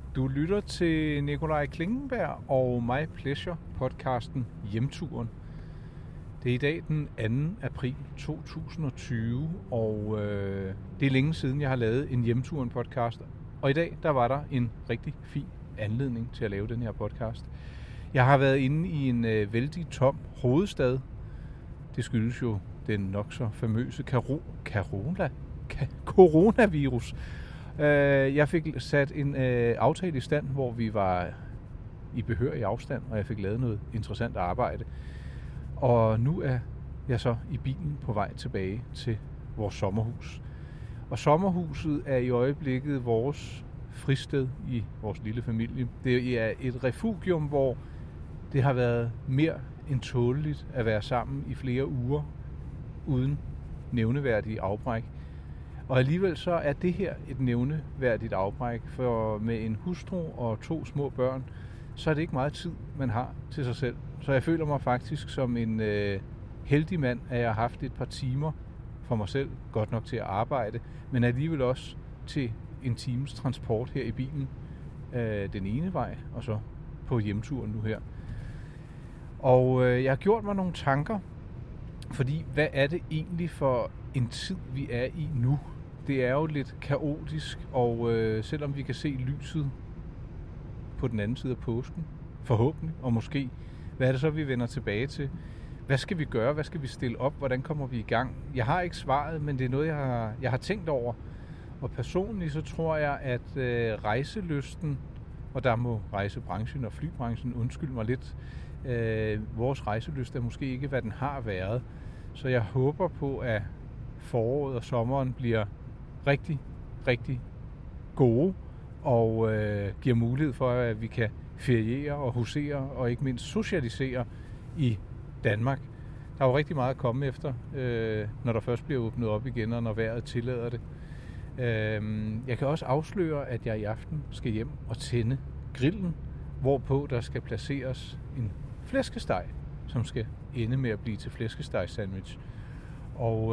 Du lytter til Nikolaj Klingenberg og My Pleasure podcasten Hjemturen. Det er i dag den 2. april 2020, og det er længe siden, jeg har lavet en Hjemturen podcast. Og i dag, der var der en rigtig fin anledning til at lave den her podcast. Jeg har været inde i en vældig tom hovedstad. Det skyldes jo den nok så famøse coronavirus. Jeg fik sat en aftale i stand, hvor vi var i behørig afstand, og jeg fik lavet noget interessant arbejde. Og nu er jeg så i bilen på vej tilbage til vores sommerhus. Og sommerhuset er i øjeblikket vores fristed i vores lille familie. Det er et refugium, hvor det har været mere end tåleligt at være sammen i flere uger uden nævneværdige afbræk. Og alligevel så er det her et nævneværdigt afbræk, for med en hustru og 2 små børn, så er det ikke meget tid, man har til sig selv. Så jeg føler mig faktisk som en heldig mand, at jeg har haft et par timer for mig selv, godt nok til at arbejde, men alligevel også til en times transport her i bilen, den ene vej, og så på hjemturen nu her. Og jeg har gjort mig nogle tanker, fordi hvad er det egentlig for en tid, vi er i nu? Det er jo lidt kaotisk, og selvom vi kan se lyset på den anden side af påsken, forhåbentlig, og måske, hvad er det så, vi vender tilbage til? Hvad skal vi gøre? Hvad skal vi stille op? Hvordan kommer vi i gang? Jeg har ikke svaret, men det er noget, jeg har tænkt over. Og personligt så tror jeg, at rejselysten, og der må rejsebranchen og flybranchen undskylde mig lidt, vores rejselyst er måske ikke, hvad den har været. Så jeg håber på, at foråret og sommeren bliver rigtig, rigtig gode, og giver mulighed for, at vi kan feriere og husere, og ikke mindst socialisere i Danmark. Der er jo rigtig meget at komme efter, når der først bliver åbnet op igen, og når vejret tillader det. Jeg kan også afsløre, at jeg i aften skal hjem og tænde grillen, hvorpå der skal placeres en flæskesteg, som skal ende med at blive til flæskesteg-sandwich. Og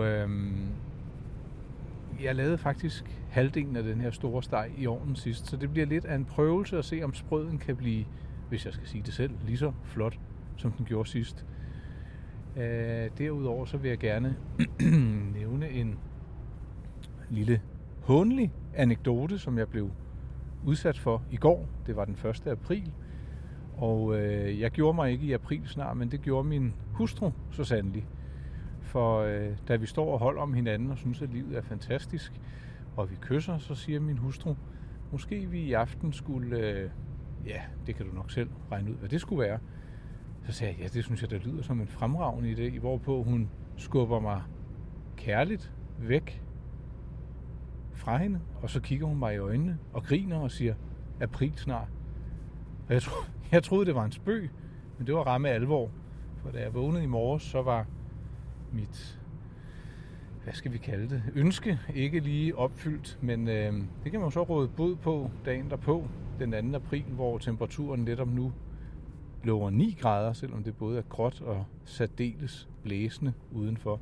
jeg lavede faktisk halvdelen af den her store steg i ovnen sidst, så det bliver lidt af en prøvelse at se, om sprøden kan blive, hvis jeg skal sige det selv, lige så flot, som den gjorde sidst. Derudover så vil jeg gerne nævne en lille hånlig anekdote, som jeg blev udsat for i går. Det var den 1. april, og jeg gjorde mig ikke i april snart, men det gjorde min hustru så sandelig. For da vi står og holder om hinanden og synes, at livet er fantastisk, og vi kysser, så siger min hustru, måske vi i aften skulle, det kan du nok selv regne ud, hvad det skulle være. Så sagde jeg, ja, det synes jeg, der lyder som en fremragende idé, hvorpå hun skubber mig kærligt væk fra hende, og så kigger hun mig i øjnene og griner og siger, april snart. Og jeg troede, det var en spøg, men det var ramme alvor. For da jeg vågnede i morges, så var mit, hvad skal vi kalde det, ønske ikke lige opfyldt, men det kan man jo så råde bod på dagen derpå, den 2. april, hvor temperaturen netop nu lover 9 grader, selvom det både er gråt og særdeles blæsende udenfor.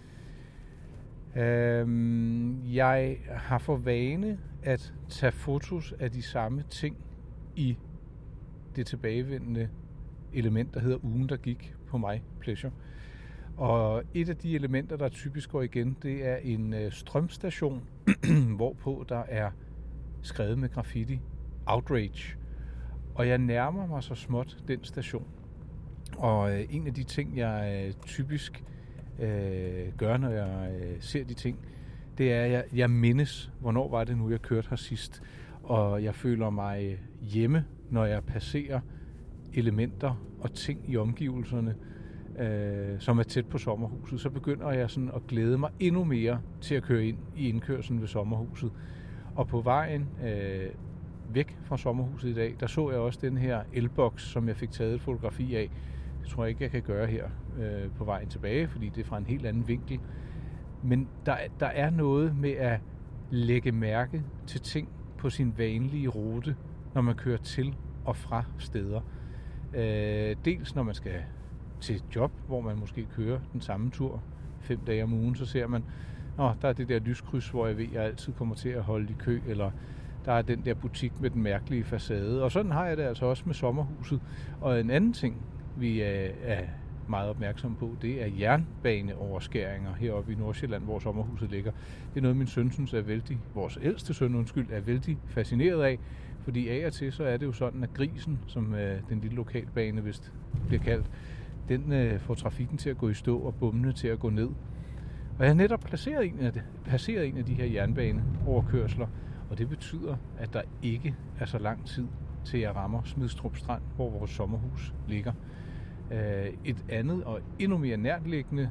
Jeg har for vane at tage fotos af de samme ting i det tilbagevendende element, der hedder ugen, der gik på My Pleasure. Og et af de elementer, der typisk går igen, det er en strømstation, hvorpå der er skrevet med graffiti, outrage. Og jeg nærmer mig så småt den station. Og en af de ting, jeg typisk gør, når jeg ser de ting, det er, at jeg mindes, hvornår var det nu, jeg kørte her sidst. Og jeg føler mig hjemme, når jeg passerer elementer og ting i omgivelserne, som er tæt på sommerhuset. Så begynder jeg sådan at glæde mig endnu mere til at køre ind i indkørslen ved sommerhuset. Og på vejen væk fra sommerhuset i dag, der så jeg også den her elboks, som jeg fik taget et fotografi af. Det tror jeg ikke, jeg kan gøre her på vejen tilbage, fordi det er fra en helt anden vinkel. Men der er noget med at lægge mærke til ting på sin vanlige rute, når man kører til og fra steder. Dels når man skal til et job, hvor man måske kører den samme tur 5 dage om ugen, så ser man, der er det der lyskryds, hvor jeg ved, at jeg altid kommer til at holde i kø, eller der er den der butik med den mærkelige facade. Og sådan har jeg det altså også med sommerhuset. Og en anden ting, vi er meget opmærksomme på, det er jernbaneoverskæringer heroppe i Nordsjælland, hvor sommerhuset ligger. Det er noget, min søn synes er vældig, vores ældste søn, er vældig fascineret af, fordi af og til, så er det jo sådan, at Grisen, som den lille lokalbane vist bliver kaldt, den får trafikken til at gå i stå og bommene til at gå ned. Og jeg har netop passeret en af de her jernbaneoverkørsler, og det betyder, at der ikke er så lang tid til jeg rammer Smidstrup Strand, hvor vores sommerhus ligger. Et andet og endnu mere nærtliggende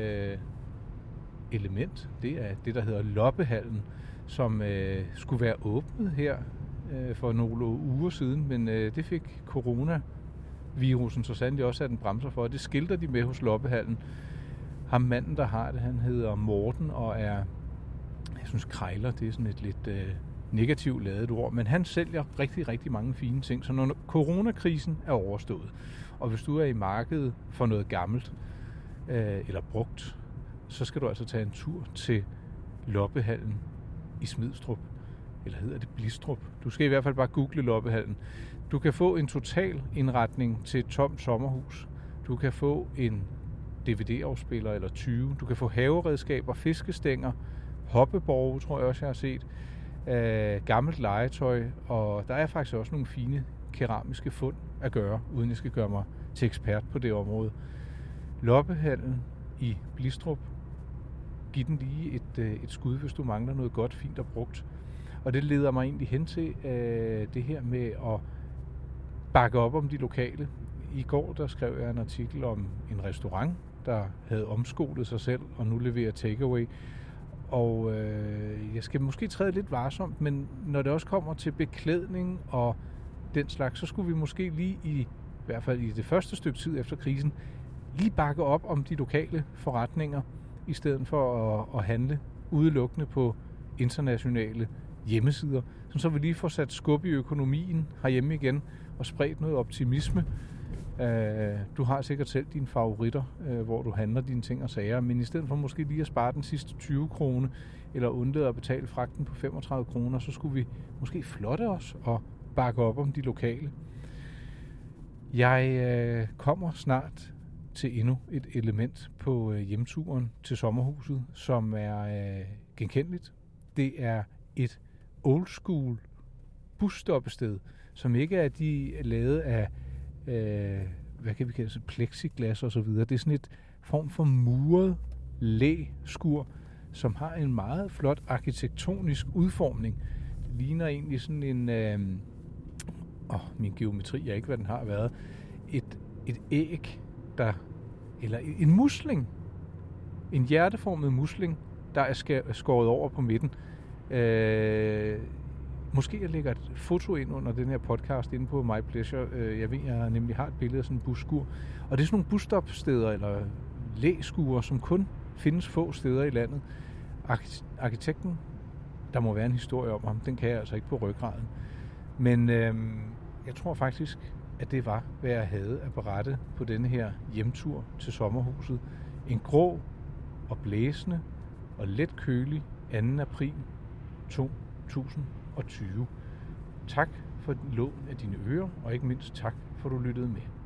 element, det er det, der hedder Loppehallen, som skulle være åbnet her for nogle uger siden, men det fik coronavirusen så sandelig også sat en bremser for. Det skilter de med hos Loppehallen. Ham manden, der har det, han hedder Morten og er, jeg synes krejler, det er sådan et lidt negativt ladet ord, men han sælger rigtig, rigtig mange fine ting. Så når coronakrisen er overstået, og hvis du er i markedet for noget gammelt eller brugt, så skal du altså tage en tur til Loppehallen i Smidstrup. Eller hedder det Blistrup? Du skal i hvert fald bare google Loppehallen. Du kan få en total indretning til et tomt sommerhus. Du kan få en DVD-afspiller eller 20. Du kan få haveredskaber, fiskestænger, hoppeborge, tror jeg også, jeg har set. Gammelt legetøj, og der er faktisk også nogle fine keramiske fund at gøre, uden jeg skal gøre mig til ekspert på det område. Loppehallen i Blistrup. Giv den lige et skud, hvis du mangler noget godt, fint og brugt. Og det leder mig egentlig hen til det her med at bakke op om de lokale. I går der skrev jeg en artikel om en restaurant, der havde omskolet sig selv og nu leverer takeaway. Og jeg skal måske træde lidt varsomt, men når det også kommer til beklædning og den slags, så skulle vi måske lige i hvert fald i det første stykke tid efter krisen, lige bakke op om de lokale forretninger, i stedet for at handle udelukkende på internationale hjemmesider. Så vi lige får sat skub i økonomien herhjemme igen og spredt noget optimisme. Du har sikkert selv dine favoritter, hvor du handler dine ting og sager, men i stedet for måske lige at spare den sidste 20 kroner, eller undlade at betale fragten på 35 kroner, så skulle vi måske flotte os og bakke op om de lokale. Jeg kommer snart til endnu et element på hjemturen til sommerhuset, som er genkendeligt. Det er et old school busstoppested, som ikke er de lavet af hvad kan vi kalde det, plexiglas og så videre. Det er sådan et form for muret læskur, som har en meget flot arkitektonisk udformning. Det ligner egentlig sådan en min geometri er ikke, hvad den har været. Et æg, eller en musling. En hjerteformet musling, der er skåret over på midten. Måske jeg lægger et foto ind under den her podcast inde på My Pleasure. Jeg ved, jeg nemlig har et billede af sådan en busskur. Og det er sådan nogle busstopsteder eller læskuer, som kun findes få steder i landet. Arkitekten, der må være en historie om ham, den kan jeg altså ikke på ryggraden. Men jeg tror faktisk, at det var, hvad jeg havde at berette på denne her hjemtur til sommerhuset. En grå og blæsende og let kølig 2. april 2020. Tak for lån af dine ører, og ikke mindst tak for, at du lyttede med.